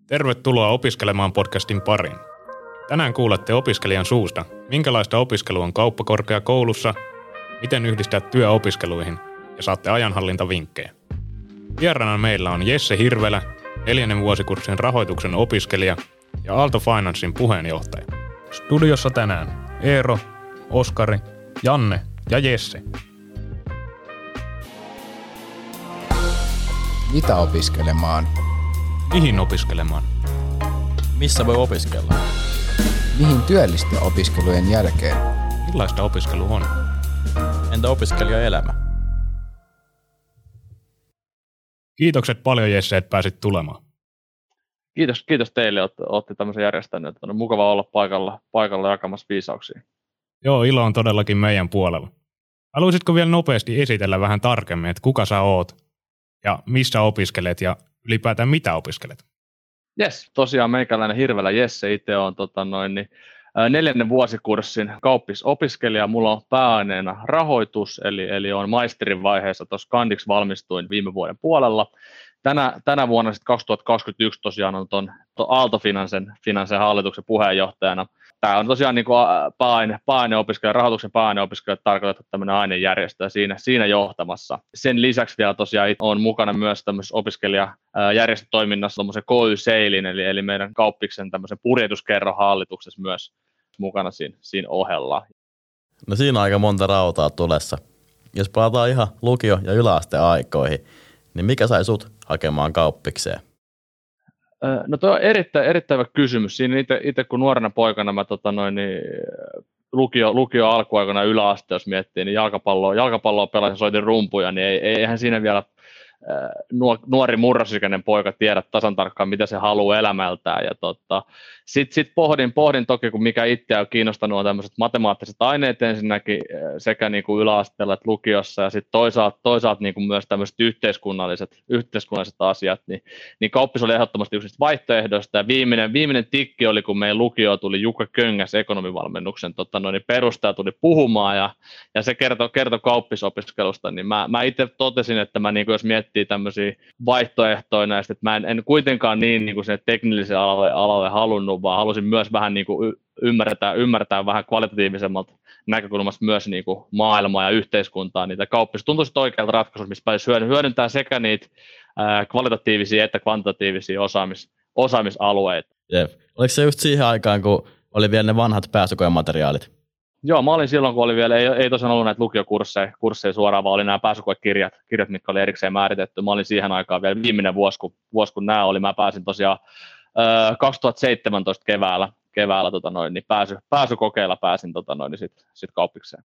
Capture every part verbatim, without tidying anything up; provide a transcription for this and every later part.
Tervetuloa opiskelemaan podcastin pariin. Tänään kuulette opiskelijan suusta, minkälaista opiskelu on kauppakorkeakoulussa, miten yhdistää työ opiskeluihin ja saatte ajanhallintavinkkejä. Vieraana meillä on Jesse Hirvelä, neljännen vuosikurssin rahoituksen opiskelija ja Aalto Financein puheenjohtaja. Studiossa tänään Eero, Oskari, Janne ja Jesse. Mitä opiskelemaan? Mihin opiskelemaan? Missä voi opiskella? Mihin työllistyä opiskelujen jälkeen? Millaista opiskelu on? Entä opiskelijaelämä? Kiitokset paljon Jesse, että pääsit tulemaan. Kiitos, kiitos teille, että olette tämmöisen järjestäneet. On mukava olla paikalla, paikalla jakamassa viisauksia. Joo, ilo on todellakin meidän puolella. Haluaisitko vielä nopeasti esitellä vähän tarkemmin, että kuka sä oot ja missä opiskelet ja ylipäätään mitä opiskelet? Jes, tosiaan meikäläinen Hirvelä Jesse, itse on tota noin, niin, neljännen vuosikurssin kauppisopiskelija. Mulla on pääaineena rahoitus, eli, eli on maisterin vaiheessa, tuossa kandiksi valmistuin viime vuoden puolella. Tänä, tänä vuonna sitten kaksituhattakaksikymmentäyksi tosiaan on tuon Aalto Financen, Financen hallituksen puheenjohtajana. Tämä on tosiaan niin kuin pääaine, pääaineopiskelija, rahoituksen pääaineopiskelija tarkoitettu tämmöinen ainejärjestö ja siinä, siinä johtamassa. Sen lisäksi vielä tosiaan on mukana myös tämmöisessä opiskelijajärjestötoiminnassa tuommoisen K Y-seilin, eli, eli meidän kauppiksen tämmöisen purjetuskerron hallituksessa myös mukana siinä, siinä ohella. No siinä on aika monta rautaa tulessa. Jos palataan ihan lukio- ja yläasteaikoihin, niin mikä sai sut hakemaan kauppikseen? No tuo on erittäin, erittäin hyvä kysymys. Siinä itse kun nuorena poikana mä tota noin, niin lukio, lukio alkuaikana yläaste, jos miettii, niin jalkapalloa, jalkapalloa pelasin, soitin rumpuja, niin ei, eihän siinä vielä nuori murrosikäinen poika tiedä tasan tarkkaan, mitä se haluaa elämältään. Ja tota, sitten sit pohdin, pohdin toki, kun mikä itseä on kiinnostanut, on tämmöiset matemaattiset aineet ensinnäkin sekä niin kuin yläasteella että lukiossa, ja sitten toisaalta, toisaalta niin kuin myös tämmöiset yhteiskunnalliset, yhteiskunnalliset asiat, niin, niin kauppis oli ehdottomasti yksi vaihtoehdoista, ja viimeinen, viimeinen tikki oli, kun meidän lukio tuli Jukka Köngäs ekonomivalmennuksen tota, noin, perustaja tuli puhumaan, ja, ja se kertoi, kertoi kauppisopiskelusta, niin mä, mä itse totesin, että mä niin kuin, jos miettii tämmöisiä vaihtoehtoja näistä, että mä en, en kuitenkaan niin, niin kuin sinne teknilliselle alalle, alalle halunnut, vaan halusin myös vähän niin kuin ymmärtää, ymmärtää vähän kvalitatiivisemmalta näkökulmasta myös niin kuin maailmaa ja yhteiskuntaa, niitä kauppisia. Tuntuisi oikealta ratkaisuilta, missä pääsisi hyödyntää sekä niitä ää, kvalitatiivisia että kvantitatiivisia osaamis, osaamisalueita. Jep. Oliko se just siihen aikaan, kun oli vielä ne vanhat pääsykoemateriaalit? Joo, mä olin silloin, kun oli vielä, ei, ei tosiaan ollut näitä lukiokursseja kursseja suoraan, vaan oli nämä pääsykoekirjat, kirjat, mitkä oli erikseen määritetty. Mä olin siihen aikaan vielä viimeinen vuosi, kun, vuosi, kun nämä oli. Mä pääsin tosiaan äh, kaksituhattaseitsemäntoista keväällä, keväällä tota noin, niin pääsy, pääsykokeilla pääsin tota noin, niin sitten sit kauppikseen.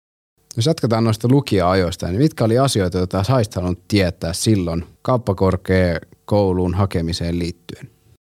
Jos jatketaan noista lukio-ajoista, niin mitkä oli asioita, joita saisit halunnut tietää silloin kauppakorkeakouluun hakemiseen liittyen?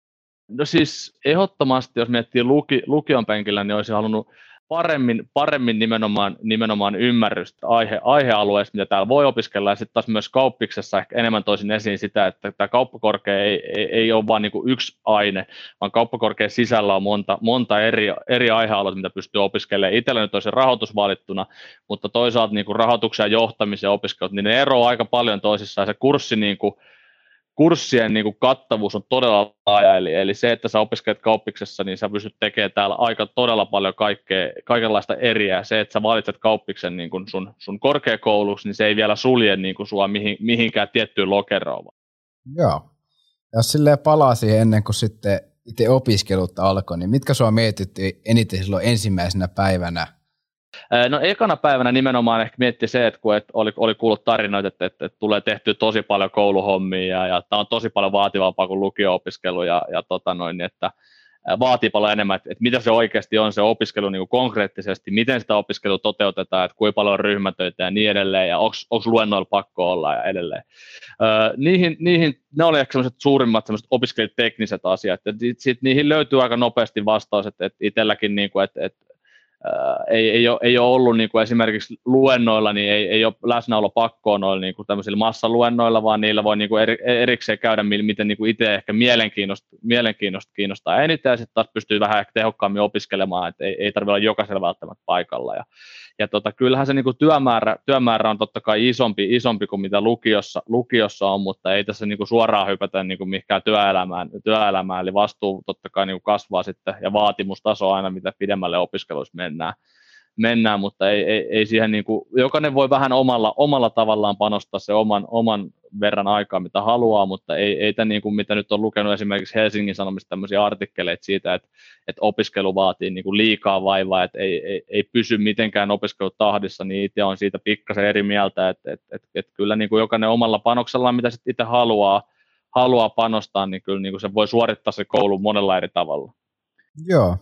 No siis ehdottomasti, jos miettii luki, lukion penkillä, niin olisin halunnut paremmin, paremmin nimenomaan, nimenomaan ymmärrystä aihe, aihealueesta, mitä täällä voi opiskella, ja sitten taas myös kauppiksessa ehkä enemmän toisin esiin sitä, että tämä kauppakorkea ei, ei, ei ole vain niin kuin yksi aine, vaan kauppakorkean sisällä on monta, monta eri, eri aihealueita, mitä pystyy opiskelemaan. Itsellä nyt on se rahoitus valittuna, mutta toisaalta niin kuin rahoituksen ja johtamisen opiskelut, niin ne eroavat aika paljon toisissaan. Se kurssi niin kuin kurssien niin kuin kattavuus on todella laaja, eli, eli se, että sä opiskelet kauppiksessa, niin sä pystyt tekemään täällä aika todella paljon kaikkea, kaikenlaista eriä. Se, että sä valitset kauppiksen niin kuin sun, sun korkeakouluksi, niin se ei vielä sulje niin kuin sua mihin, mihinkään tiettyyn lokeroon. Joo. Jos silleen palaa siihen ennen kuin sitten itse opiskelut alkoi, niin mitkä sua mietitti eniten silloin ensimmäisenä päivänä? No ekana päivänä nimenomaan ehkä mietti se, että kun et oli, oli kuullut tarinoita, että, että, että tulee tehtyä tosi paljon kouluhommia ja, ja tämä on tosi paljon vaativampaa kuin lukio-opiskelu ja, ja tota noin, että vaatii paljon enemmän, että, että mitä se oikeasti on se opiskelu niin kuin konkreettisesti, miten sitä opiskelua toteutetaan, että kuinka paljon on ryhmätöitä ja niin edelleen ja onko luennoilla pakko olla ja edelleen. Öö, niihin, niihin, ne oli ehkä sellaiset suurimmat sellaiset opiskelijatekniset asiat ja sitten niihin löytyy aika nopeasti vastaus, että, että itselläkin niin kuin, että, että ei, ei, ole, ei ole ollut niin kuin esimerkiksi luennoilla, niin ei, ei ole läsnäolo pakkoa noilla niin kuin tämmöisillä massaluennoilla, vaan niillä voi niin kuin eri, erikseen käydä, miten niin kuin itse ehkä mielenkiinnosta, mielenkiinnosta kiinnostaa eniten, ja sitten taas pystyy vähän ehkä tehokkaammin opiskelemaan, että ei, ei tarvitse olla jokaisella välttämättä paikalla. Ja, ja tota, kyllähän se niin kuin työmäärä, työmäärä on totta kai isompi, isompi kuin mitä lukiossa, lukiossa on, mutta ei tässä niin kuin suoraan hypätä niin kuin mihinkään työelämään, työelämään, eli vastuu totta kai niin kuin kasvaa sitten, ja vaatimustaso aina, mitä pidemmälle opiskeluissa mennään. mennään, mutta ei, ei, ei siihen niin kuin, jokainen voi vähän omalla, omalla tavallaan panostaa se oman, oman verran aikaa, mitä haluaa, mutta ei, ei tämä niin kuin, mitä nyt on lukenut esimerkiksi Helsingin Sanomista tämmöisiä artikkeleita siitä, että, että opiskelu vaatii niin kuin liikaa vaivaa, että ei, ei, ei pysy mitenkään opiskelutahdissa, niin itse on siitä pikkasen eri mieltä, että, että, että, että kyllä niin kuin jokainen omalla panoksellaan, mitä sitten itse haluaa, haluaa panostaa, niin kyllä niin kuin se voi suorittaa se koulu monella eri tavalla. Joo.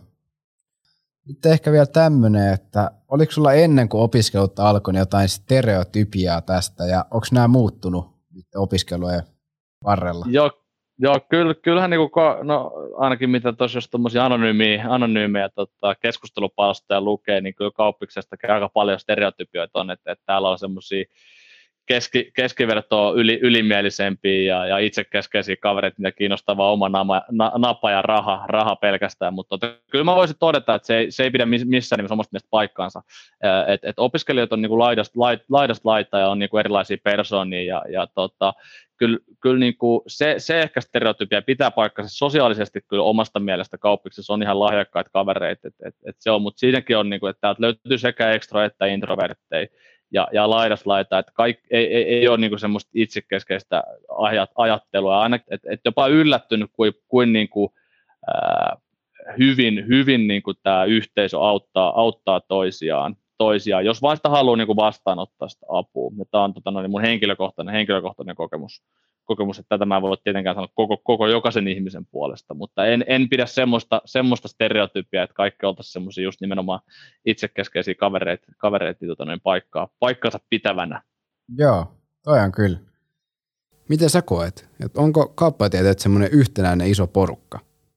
Sitten ehkä vielä tämmöinen, että oliko sulla ennen kuin opiskelut alkoi niin jotain stereotypiaa tästä, ja onko nämä muuttunut opiskelujen varrella? Joo, joo kyllä, kyllähän niin kuin, no, ainakin mitä tuossa jos tuommoisia anonyymiä, anonyymejä tota, keskustelupalstoja lukee, niin kyllä kauppiksestakin aika paljon stereotypioita on, että, että täällä on semmoisia keski, keskivertoa yli, ylimielisempiä ja, ja itsekeskeisiä kavereita, mitä kiinnostavaa oma nama, na, napa ja raha, raha pelkästään, mutta tota, kyllä mä voisin todeta, että se ei, se ei pidä missään nimessä omasta mielestä paikkaansa, että et opiskelijat on niinku laidasta, laid, laidasta laittaa ja on niinku erilaisia persoonia ja, ja tota, kyllä, kyllä niinku se, se ehkä stereotypia pitää paikkansa sosiaalisesti kyllä omasta mielestä kauppiksessa on ihan lahjakkaita kavereita, et, et, et se on, mutta siinäkin on, niinku, että täältä löytyy sekä extra että introvertteja, ja, ja laidas laita, että kaikki, ei, ei, ei ole niinku semmoista itsekeskeistä ajat, ajattelua, aina, että et jopa yllättynyt, kuin, kuin niinku, ää, hyvin, hyvin niinku tämä yhteisö auttaa, auttaa toisiaan, toisiaan, jos vain sitä haluaa niinku vastaanottaa sitä apua. Tämä on tota, no, mun henkilökohtainen, henkilökohtainen kokemus, kokemus, että tätä mä en voi tietenkään sanoa koko, koko jokaisen ihmisen puolesta, mutta en, en pidä semmoista, semmoista stereotypia, että kaikki oltaisiin semmoisia just nimenomaan itsekeskeisiä kavereita, kavereita tota, noin paikkaa, paikkansa pitävänä. Joo, toi on kyllä. Miten sä koet? Et onko kauppatieteet semmoinen yhtenäinen iso porukka?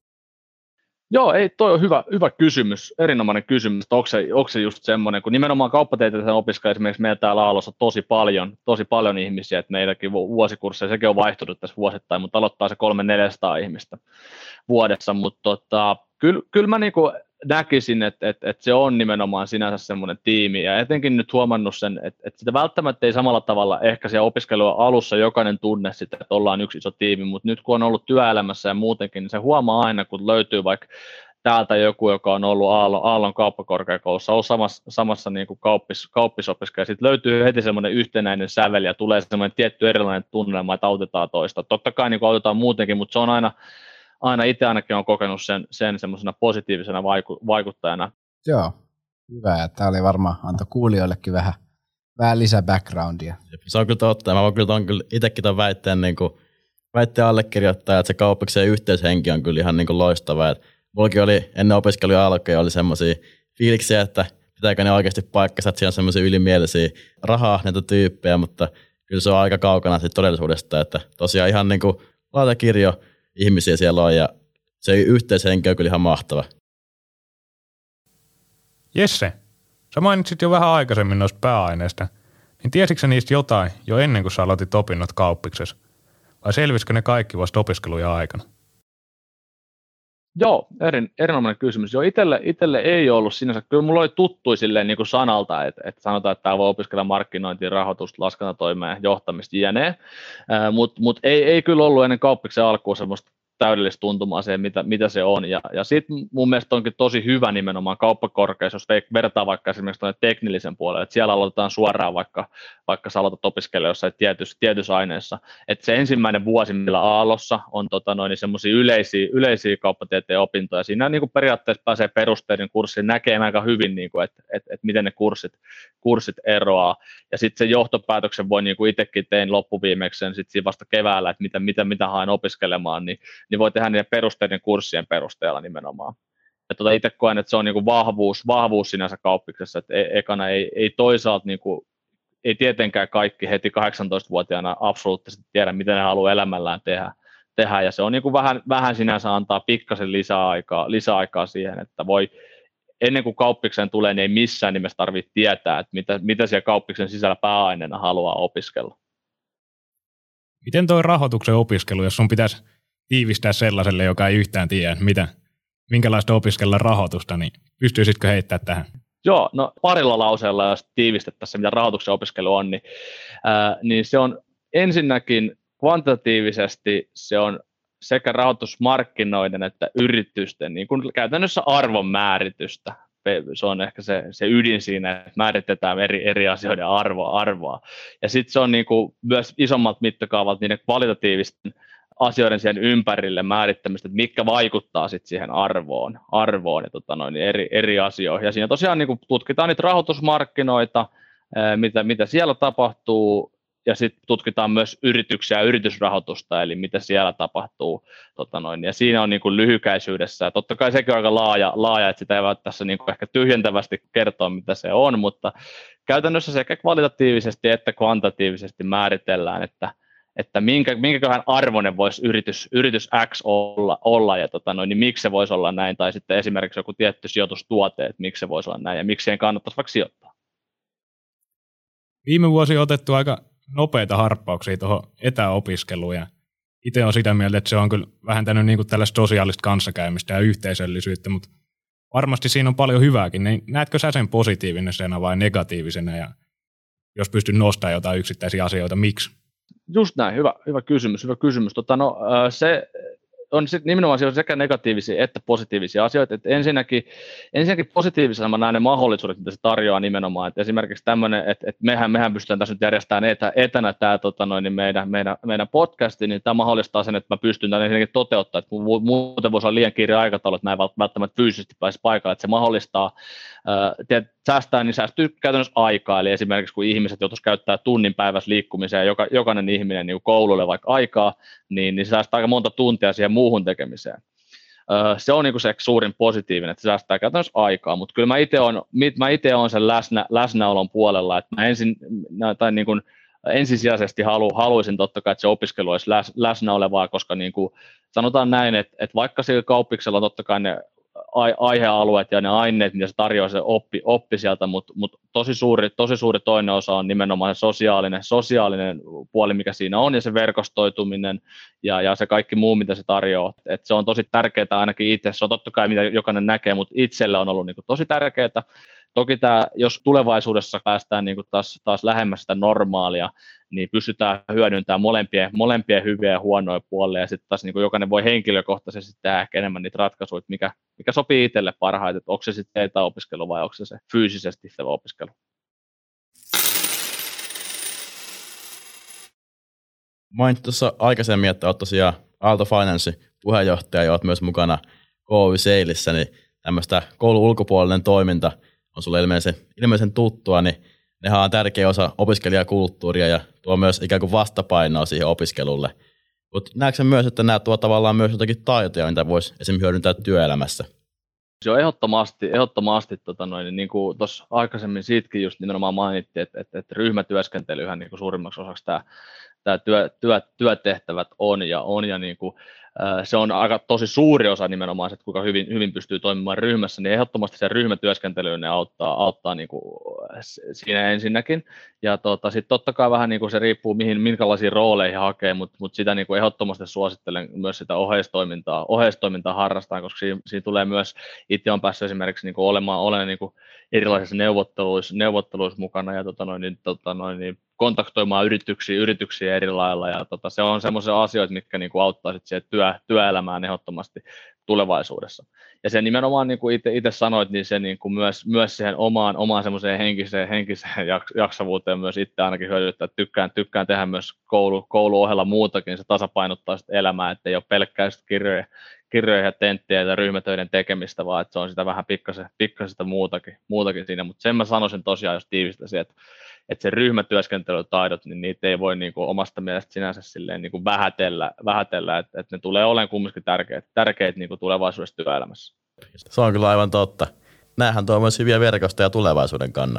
Joo, ei, toi on hyvä, hyvä kysymys, erinomainen kysymys, onko se, onko se just semmoinen, kun nimenomaan kauppatieteiden opiskelija esimerkiksi meillä täällä Aallossa tosi paljon, tosi paljon ihmisiä, että meilläkin vuosikursseja, sekin on vaihtunut tässä vuosittain, mutta aloittaa se kolme neljäsataa ihmistä vuodessa, mutta tota, kyllä, kyllä mä niinku näkisin, että, että, että se on nimenomaan sinänsä semmoinen tiimi, ja etenkin nyt huomannut sen, että, että sitä välttämättä ei samalla tavalla ehkä siellä opiskelua alussa jokainen tunne sitä, että ollaan yksi iso tiimi, mutta nyt kun on ollut työelämässä ja muutenkin, niin se huomaa aina, kun löytyy vaikka täältä joku, joka on ollut Aallon, Aallon kauppakorkeakoulussa, on samassa, samassa niin kuin kauppis, kauppisopiskelija, sitten löytyy heti semmoinen yhtenäinen sävel ja tulee semmoinen tietty erilainen tunnelma, että autetaan toista. Totta kai niin kuin autetaan muutenkin, mutta se on aina, aina itse ainakin on kokenut sen, sen semmoisena positiivisena vaiku, vaikuttajana. Joo, hyvä. Tämä oli varmaan antoi kuulijoillekin vähän, vähän lisää backgroundia. Se on kyllä totta. Mä voin kyllä, kyllä itsekin tämän väitteen, niin kuin, väitteen allekirjoittaa, että se kauppiksen yhteishenki on kyllä ihan niin kuin loistava. Että mullakin oli ennen opiskeluja alkuja oli semmoisia fiiliksiä, että pitääkö ne oikeasti paikkansa, että siellä on semmoisia ylimielisiä rahaa näitä tyyppejä, mutta kyllä se on aika kaukana siitä todellisuudesta, että tosiaan ihan niin kuin laatakirjo ihmisiä siellä on ja se yhteishenki on kyllä ihan mahtava. Jesse, sä mainitsit jo vähän aikaisemmin noista pääaineista, niin tiesitkö sä niistä jotain jo ennen kuin sä aloitit opinnot kauppiksessa? Vai selvisikö ne kaikki vasta opiskelujen aikana? Joo, erin, erinomainen kysymys. Joo, itelle, itelle ei ollut sinänsä, kyllä mulla oli tuttui silleen niin kuin sanalta, että, että sanotaan, että tämä voi opiskella markkinointia, rahoitusta, laskentatoimea, johtamista, jne. Mutta mut ei, ei kyllä ollut ennen kauppiksen alkuun semmoista täydellistä tuntumaa siihen, mitä, mitä se on. Ja, ja sitten mun mielestä onkin tosi hyvä nimenomaan kauppakorkeassa, jos vertaa vaikka esimerkiksi tuonne teknillisen puolelle, että siellä aloitetaan suoraan vaikka, vaikka sä aloitat opiskella jossain tietyssä, tietyssä aineessa. Että se ensimmäinen vuosi, millä Aallossa on tota, noin semmoisia yleisiä, yleisiä kauppatieteen opintoja, siinä niin kuin periaatteessa pääsee perusteiden kurssiin, näkee aika hyvin, niin kuin, että, että, että miten ne kurssit, kurssit eroaa. Ja sitten se johtopäätöksen voi niin kuin itsekin tein loppuviimeksi sen sit siinä vasta keväällä, että mitä, mitä, mitä haen opiskelemaan, niin niin voi tehdä niiden perusteiden kurssien perusteella nimenomaan. Ja tuota itse koen, että se on niinku vahvuus, vahvuus sinänsä kauppiksessa, että ekana ei, ei toisaalta, niinku, ei tietenkään kaikki heti kahdeksantoistavuotiaana absoluuttisesti tiedä, mitä ne haluaa elämällään tehdä, tehdä. Ja se on niinku vähän, vähän sinänsä antaa pikkasen lisäaikaa, lisäaikaa siihen, että voi ennen kuin kauppikseen tulee, niin ei missään nimessä tarvitse tietää, että mitä, mitä siellä kauppiksen sisällä pääaineena haluaa opiskella. Miten tuo rahoituksen opiskelu, jos sun pitäisi tiivistää sellaiselle, joka ei yhtään tiedä, mitä, minkälaista opiskella rahoitusta, niin pystyisitkö heittämään tähän? Joo, no parilla lauseella, jos tiivistettäisiin, mitä rahoituksen opiskelu on, niin, ää, niin se on ensinnäkin kvantitatiivisesti se on sekä rahoitusmarkkinoiden että yritysten niin kuin käytännössä arvon määritystä. Se on ehkä se, se ydin siinä, että määritetään eri, eri asioiden arvoa. arvoa. Ja sitten se on niin kuin myös isommat mittakaavat niiden kvalitatiivisten asioiden siihen ympärille määrittämistä, että mitkä vaikuttaa sitten siihen arvoon, arvoon ja tota noin, eri, eri asioihin. Ja siinä tosiaan niin kuin tutkitaan niitä rahoitusmarkkinoita, mitä, mitä siellä tapahtuu, ja sitten tutkitaan myös yrityksiä ja yritysrahoitusta, eli mitä siellä tapahtuu. Tota noin, ja siinä on niin kuin lyhykäisyydessä, totta kai sekin on aika laaja, laaja että sitä ei voi tässä niin kuin ehkä tyhjentävästi kertoa, mitä se on, mutta käytännössä sekä kvalitatiivisesti että kvantatiivisesti määritellään, että, että minkä, minkäköhän arvoinen voisi yritys, yritys X olla, olla ja tota noin, niin miksi se voisi olla näin, tai sitten esimerkiksi joku tietty sijoitustuote, että miksi se voisi olla näin, ja miksi siihen kannattaisi vaikka sijoittaa. Viime vuosi on otettu aika nopeita harppauksia tuohon etäopiskeluun ja itse olen sitä mieltä, että se on kyllä vähentänyt niin kuin tällaista sosiaalista kanssakäymistä ja yhteisöllisyyttä, mutta varmasti siinä on paljon hyvääkin. Niin näetkö sä sen positiivisena vai negatiivisena ja jos pystyt nostamaan jotain yksittäisiä asioita, miksi? Just näin, hyvä, hyvä kysymys. Hyvä kysymys. Tota, no, se on nimenomaan sekä negatiivisia että positiivisia asioita. Et ensinnäkin, ensinnäkin positiivisena mä näen ne mahdollisuudet, mitä se tarjoaa nimenomaan. Et esimerkiksi tämmöinen, että et mehän, mehän pystytään tässä nyt järjestämään etä, etänä tämä tota noin, niin meidän, meidän, meidän podcasti, niin tämä mahdollistaa sen, että mä pystyn tämän ensinnäkin toteuttamaan. Et muuten voisi olla liian kiire aikataulu, että mä en välttämättä fyysisesti pääse paikalle. Et se mahdollistaa, äh, säästää, niin säästyy käytännössä aikaa. Eli esimerkiksi kun ihmiset joutuisi käyttää tunnin päivässä liikkumiseen ja joka, jokainen ihminen niin koululle vaikka aikaa, niin, niin se säästää aika monta tuntia siihen muuhun tekemiseen. Öö, se on niin kuin se suurin positiivinen, että se säästää käytännössä aikaa, mutta kyllä mä itse olen, mä itse olen sen läsnä, läsnäolon puolella, että mä ensin, tai niin kuin ensisijaisesti halu, haluaisin totta kai, että se opiskelu olisi läs, läsnä olevaa, koska niin kuin sanotaan näin, että, että vaikka sillä kauppiksella totta kai ne aihealueet ja ne aineet, mitä se tarjoaa se oppi, oppi sieltä, mutta mut tosi, suuri, tosi suuri toinen osa on nimenomaan se sosiaalinen, sosiaalinen puoli, mikä siinä on, ja se verkostoituminen ja, ja se kaikki muu, mitä se tarjoaa. Et se on tosi tärkeää ainakin itse, se on totta kai mitä jokainen näkee, mutta itselle on ollut niinku tosi tärkeää. Toki tämä, jos tulevaisuudessa päästään niinku taas, taas lähemmäs sitä normaalia, niin pystytään hyödyntämään molempien, molempien hyviä ja huonoja puolia, ja sitten taas niin kuin jokainen voi henkilökohtaisesti tehdä ehkä enemmän niitä ratkaisuja, mikä, mikä sopii itselle parhaiten, että onko se sitten etäopiskelu vai onko se se fyysisesti se opiskelu. Mainit tuossa aikaisemmin, että olet tosiaan Aalto Finance puheenjohtaja ja olet myös mukana K Y-seilissä, niin tämmöistä koulun ulkopuolinen toiminta on sulle ilmeisen, ilmeisen tuttua, niin nehän on tärkeä osa opiskelijakulttuuria ja tuo myös ikään kuin vastapainoa siihen opiskelulle. Mutta näetkö myös, että nämä tuo tavallaan myös jotakin taitoja, mitä voisi esimerkiksi hyödyntää työelämässä? Se on ehdottomasti, ehdottomasti tota noin, niin kuin tuossa aikaisemmin siitäkin just nimenomaan mainittiin, että, että, että ryhmätyöskentelyhän niin kuin suurimmaksi osaksi tämä, tämä työ, työ, työtehtävät on ja on ja niin kuin, se on aika tosi suuri osa nimenomaan, että kuinka hyvin, hyvin pystyy toimimaan ryhmässä, niin ehdottomasti se ryhmätyöskentelyyn ne auttaa, auttaa niin kuin siinä ensinnäkin. Ja tota, sitten totta kai vähän niin kuin se riippuu, mihin, minkälaisiin rooleihin hakee, mutta mut sitä niin kuin ehdottomasti suosittelen myös sitä oheistoimintaa, oheistoimintaa harrastaa, koska siinä, siinä tulee myös, itse on päässyt esimerkiksi niin kuin olemaan, olemaan niin kuin erilaisissa neuvotteluissa, neuvotteluissa mukana ja tota noin, niin, tota noin, niin kontaktoimaan yrityksiä, yrityksiä eri lailla, ja tota, se on semmoisia asioita, mitkä niinku auttaa sit siihen työ, työelämään ehdottomasti tulevaisuudessa. Ja se nimenomaan, niin kuin itse sanoit, niin se niinku myös, myös siihen omaan, omaan semmoiseen henkiseen, henkiseen jaksavuuteen myös itse ainakin hyödyttää. Tykkään, tykkään tehdä myös koulu, kouluohella muutakin, se tasapainottaa sitä elämää, että ei ole pelkkää kirjoja, kirjoja ja tenttejä ja ryhmätöiden tekemistä, vaan että se on sitä vähän pikkasen, pikkasen muutakin, muutakin siinä. Mutta sen mä sanoisin tosiaan, jos tiivistäisin, että että se ryhmätyöskentelytaidot, niin niitä ei voi niin kuin omasta mielestä sinänsä silleen niin kuin vähätellä, vähätellä että, että ne tulee olemaan kumminkin tärkeitä, tärkeitä niin kuin tulevaisuudessa työelämässä. Se on kyllä aivan totta. Nämähän tuo myös hyviä verkostoja tulevaisuuden kannalta.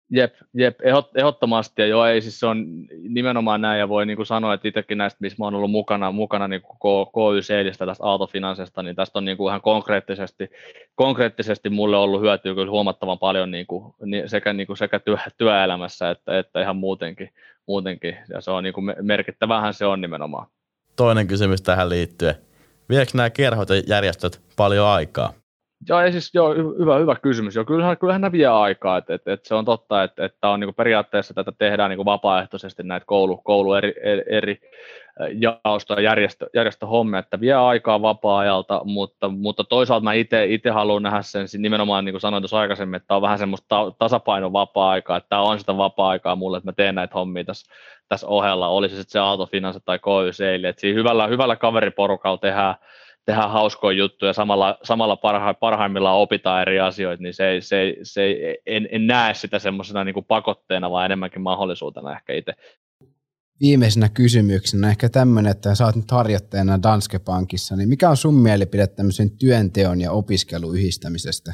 Jep, jep, ehdottomasti, ja joo, ei siis se on nimenomaan näin, ja voi niin kuin sanoa, että itsekin näistä, missä mä oon ollut mukana, mukana niin kuin K Y C-listä, tästä Aalto-Finanssista, niin tästä on niin kuin ihan konkreettisesti, konkreettisesti mulle ollut hyötyä kyllä huomattavan paljon niin kuin, sekä, niin kuin, sekä työ, työelämässä, että, että ihan muutenkin, muutenkin, ja se on niin kuin merkittävähän se on nimenomaan. Toinen kysymys tähän liittyen. Viekö nämä kerhot ja järjestöt paljon aikaa? Joo, ei siis, joo, hyvä, hyvä kysymys. Joo, kyllähän, kyllähän nämä vie aikaa, että et, et se on totta, että et on niinku periaatteessa tätä tehdään niinku vapaaehtoisesti näitä koulu, koulu eri, eri jaosto- ja järjestö, järjestöhommia, että vie aikaa vapaa-ajalta, mutta, mutta toisaalta mä itse haluan nähdä sen nimenomaan, niin kuin sanoin tuossa aikaisemmin, että tämä on vähän semmoista ta- tasapainon vapaa-aikaa, että tämä on sitä vapaa-aikaa mulle, että mä teen näitä hommia tässä, tässä ohella, oli se sitten se Aalto-Finanssi tai K Y C, että siinä hyvällä, hyvällä kaveriporukalla tehdään, tehdään hauskoja juttuja, samalla, samalla parha, parhaimmillaan opitaan eri asioita, niin se, se, se, en, en näe sitä semmoisena niin kuin pakotteena, vaan enemmänkin mahdollisuutena ehkä itse. Viimeisenä kysymyksenä ehkä tämmöinen, että sä oot nyt harjoittajana Danske Bankissa, niin mikä on sun mielipide tämmöisen työnteon ja opiskelun yhdistämisestä?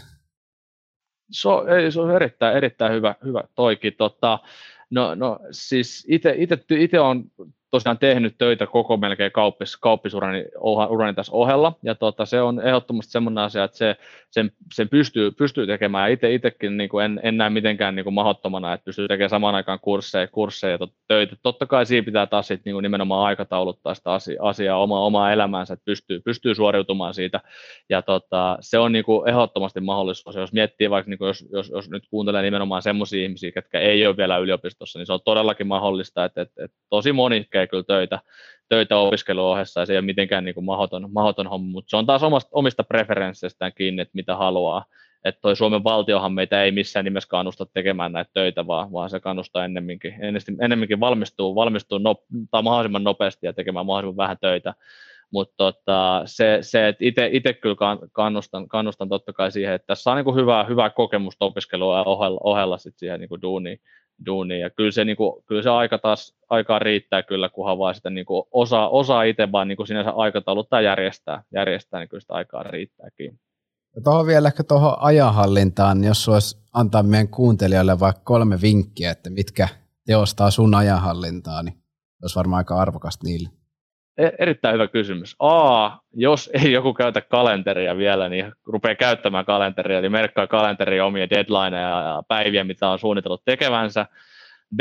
Se on, ei, se on erittäin, erittäin hyvä, hyvä toikin. Tota, no, no siis itse olen tosiaan tehnyt töitä koko melkein kauppis, kauppisurani urani tässä ohella, ja tota, se on ehdottomasti semmoinen asia, että se, sen, sen pystyy, pystyy tekemään, ja itse, itsekin niin kuin en, en näe mitenkään niin kuin mahdottomana, että pystyy tekemään samaan aikaan kursseja, kursseja ja tot, töitä. Totta kai siinä pitää taas sit, niin kuin nimenomaan aikatauluttaa sitä asiaa, asiaa omaa, omaa elämäänsä, että pystyy, pystyy suoriutumaan siitä, ja tota, se on niin kuin ehdottomasti mahdollisuus. Jos miettii vaikka, niin kuin jos, jos, jos nyt kuuntelee nimenomaan semmoisia ihmisiä, ketkä ei ole vielä yliopistossa, niin se on todellakin mahdollista, että, että, että tosi moni kyllä töitä, töitä opiskeluohessa, ja se ei ole mitenkään niin kuin mahdoton, mahdoton homma, mutta se on taas omasta, omista preferensseistään kiinni, että mitä haluaa. Että toi Suomen valtiohan meitä ei missään nimessä kannusta tekemään näitä töitä, vaan, vaan se kannustaa ennemminkin, ennemminkin valmistuu, valmistuu no, tai mahdollisimman nopeasti ja tekemään mahdollisimman vähän töitä. Mutta tota, se, se että itse kyllä kannustan, kannustan totta kai siihen, että tässä on niin kuin hyvää, hyvää kokemusta opiskelua ohella, ohella sit siihen niin kuin duuniin. duuniin. Ja kyllä se, niin kuin, kyllä se aika taas aikaa riittää kyllä, kunhan vaan sitä niin kuin osaa, osaa itse vaan niin kuin sinänsä aikatauluttaa järjestää, järjestää, niin kyllä sitä aikaa riittääkin. Tuohon vielä ehkä tuohon ajanhallintaan, niin jos olisi antaa meidän kuuntelijoille vaikka kolme vinkkiä, että mitkä teostaa sun ajanhallintaa, niin olisi varmaan aika arvokasta niille. Erittäin hyvä kysymys. A, jos ei joku käytä kalenteria vielä, niin rupeaa käyttämään kalenteria, eli merkkaa kalenteria omia deadlineja ja päiviä, mitä on suunnitellut tekevänsä. B,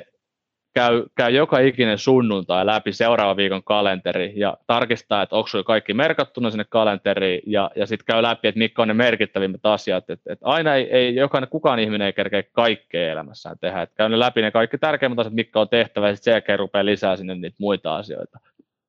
käy, käy joka ikinen sunnuntai läpi seuraavan viikon kalenteri ja tarkistaa, että onko sulla kaikki merkattuna sinne kalenteriin, ja, ja sitten käy läpi, että mitkä on ne merkittävimmät asiat. Et, et aina ei, ei jokainen, kukaan ihminen ei kerkeä kaikkea elämässään tehdä. Et käy ne läpi ne kaikki tärkeimmät asiat, mitkä on tehtävä, ja sitten sen jälkeen rupeaa lisää sinne niitä muita asioita.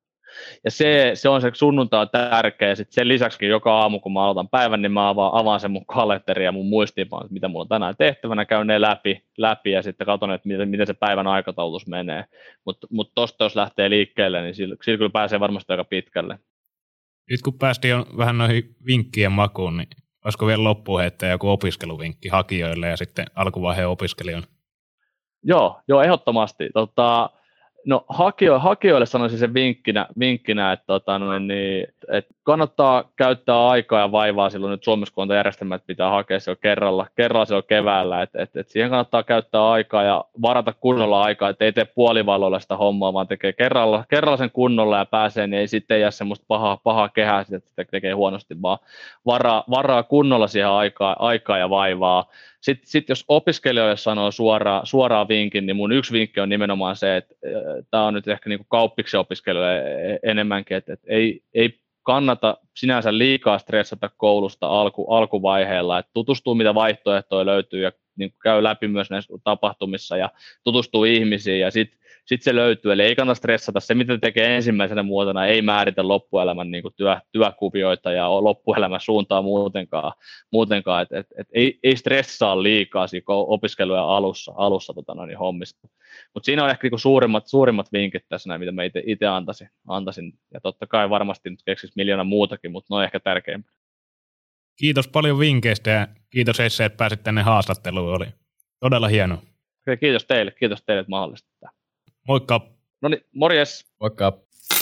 Ja se, se on se sunnuntai tärkeä, ja sitten sen lisäksi joka aamu, kun mä aloitan päivän, niin mä avaan, avaan sen mun kalenteri ja mun muistiinpano, mitä mulla on tänään tehtävänä, käyn ne läpi, läpi ja sitten katson, että miten, miten se päivän aikataulutus menee. Mutta mut tosta jos lähtee liikkeelle, niin sillä, sillä kyllä pääsee varmasti aika pitkälle. Nyt kun päästiin jo vähän noihin vinkkien makuun, niin olisiko vielä loppuun heittää joku opiskeluvinkki hakijoille ja sitten alkuvaiheen opiskelijoille? Joo, joo ehdottomasti. Tota, No hakio, hakijoille sanoisin sen vinkkinä, vinkkinä että, tota, noin, niin, että kannattaa käyttää aikaa ja vaivaa silloin nyt Suomessa, kun on järjestelmä, että pitää hakea se kerralla, kerralla se on keväällä, että, että, että siihen kannattaa käyttää aikaa ja varata kunnolla aikaa, että ei tee puolivaloilla sitä hommaa, vaan tekee kerralla, kerralla sen kunnolla ja pääsee, niin ei sitten jää semmoista pahaa, pahaa kehää, että sitä tekee huonosti, vaan varaa, varaa kunnolla siihen aikaa, aikaa ja vaivaa. Sitten sit jos opiskelijoille sanoo suoraan, suoraan vinkin, niin mun yksi vinkki on nimenomaan se, että tämä on nyt ehkä niin kuin kauppiksi opiskelijoille enemmänkin, että, että ei, ei kannata sinänsä liikaa stressata koulusta alku, alkuvaiheella, että tutustuu mitä vaihtoehtoja löytyy ja niin käy läpi myös näissä tapahtumissa ja tutustuu ihmisiin ja sitten sit se löytyy, eli ei kannata stressata. Se, mitä tekee ensimmäisenä vuotena, ei määritä loppuelämän niin kuin työ, työkuvioita ja loppuelämän suuntaa muutenkaan, muutenkaan. Et, et, et ei, ei stressaa liikaa siinä opiskelujen alussa, alussa tota noin, hommista. Mutta siinä on ehkä niin kuin suurimmat, suurimmat vinkit tässä, näin, mitä mä itse antaisin, antaisin. Ja totta kai varmasti nyt keksisi miljoona muutakin, mutta ne on ehkä tärkeimmät. Kiitos paljon vinkkeistä ja kiitos Esse, että pääsit tänne haastatteluun. Oli todella hienoa. Okay, kiitos teille. Kiitos teille, että mahdollistaa. Moikka. No niin, morjes. Moikka.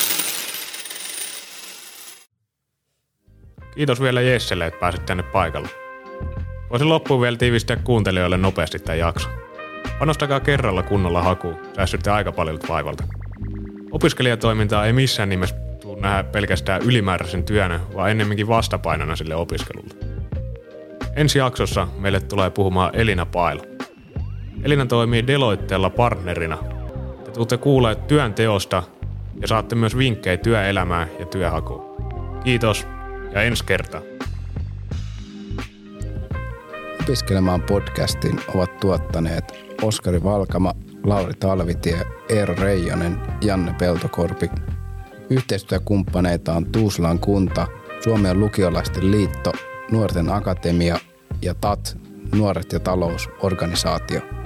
Kiitos vielä Jesselle, että pääsit tänne paikalle. Voisin loppuun vielä tiivistää kuuntelijoille nopeasti tämän jakson. Panostakaa kerralla kunnolla hakuun, säästytte aika paljon vaivalta. Opiskelijatoimintaa ei missään nimessä tule nähdä pelkästään ylimääräisen työnä, vaan ennemminkin vastapainona sille opiskelulle. Ensi jaksossa meille tulee puhumaan Elina Pailo. Elina toimii Deloittella partnerina. Te tuutte kuulemaan työn teosta ja saatte myös vinkkejä työelämään ja työhakuun. Kiitos ja ensi kertaa. Opiskelemaan podcastin ovat tuottaneet Oskari Valkama, Lauri Talvitie, Eero Reijonen, Janne Peltokorpi. Yhteistyökumppaneita on Tuusulan kunta, Suomen lukiolaisten liitto, Nuorten akatemia ja T A T, Nuoret ja talous, organisaatio.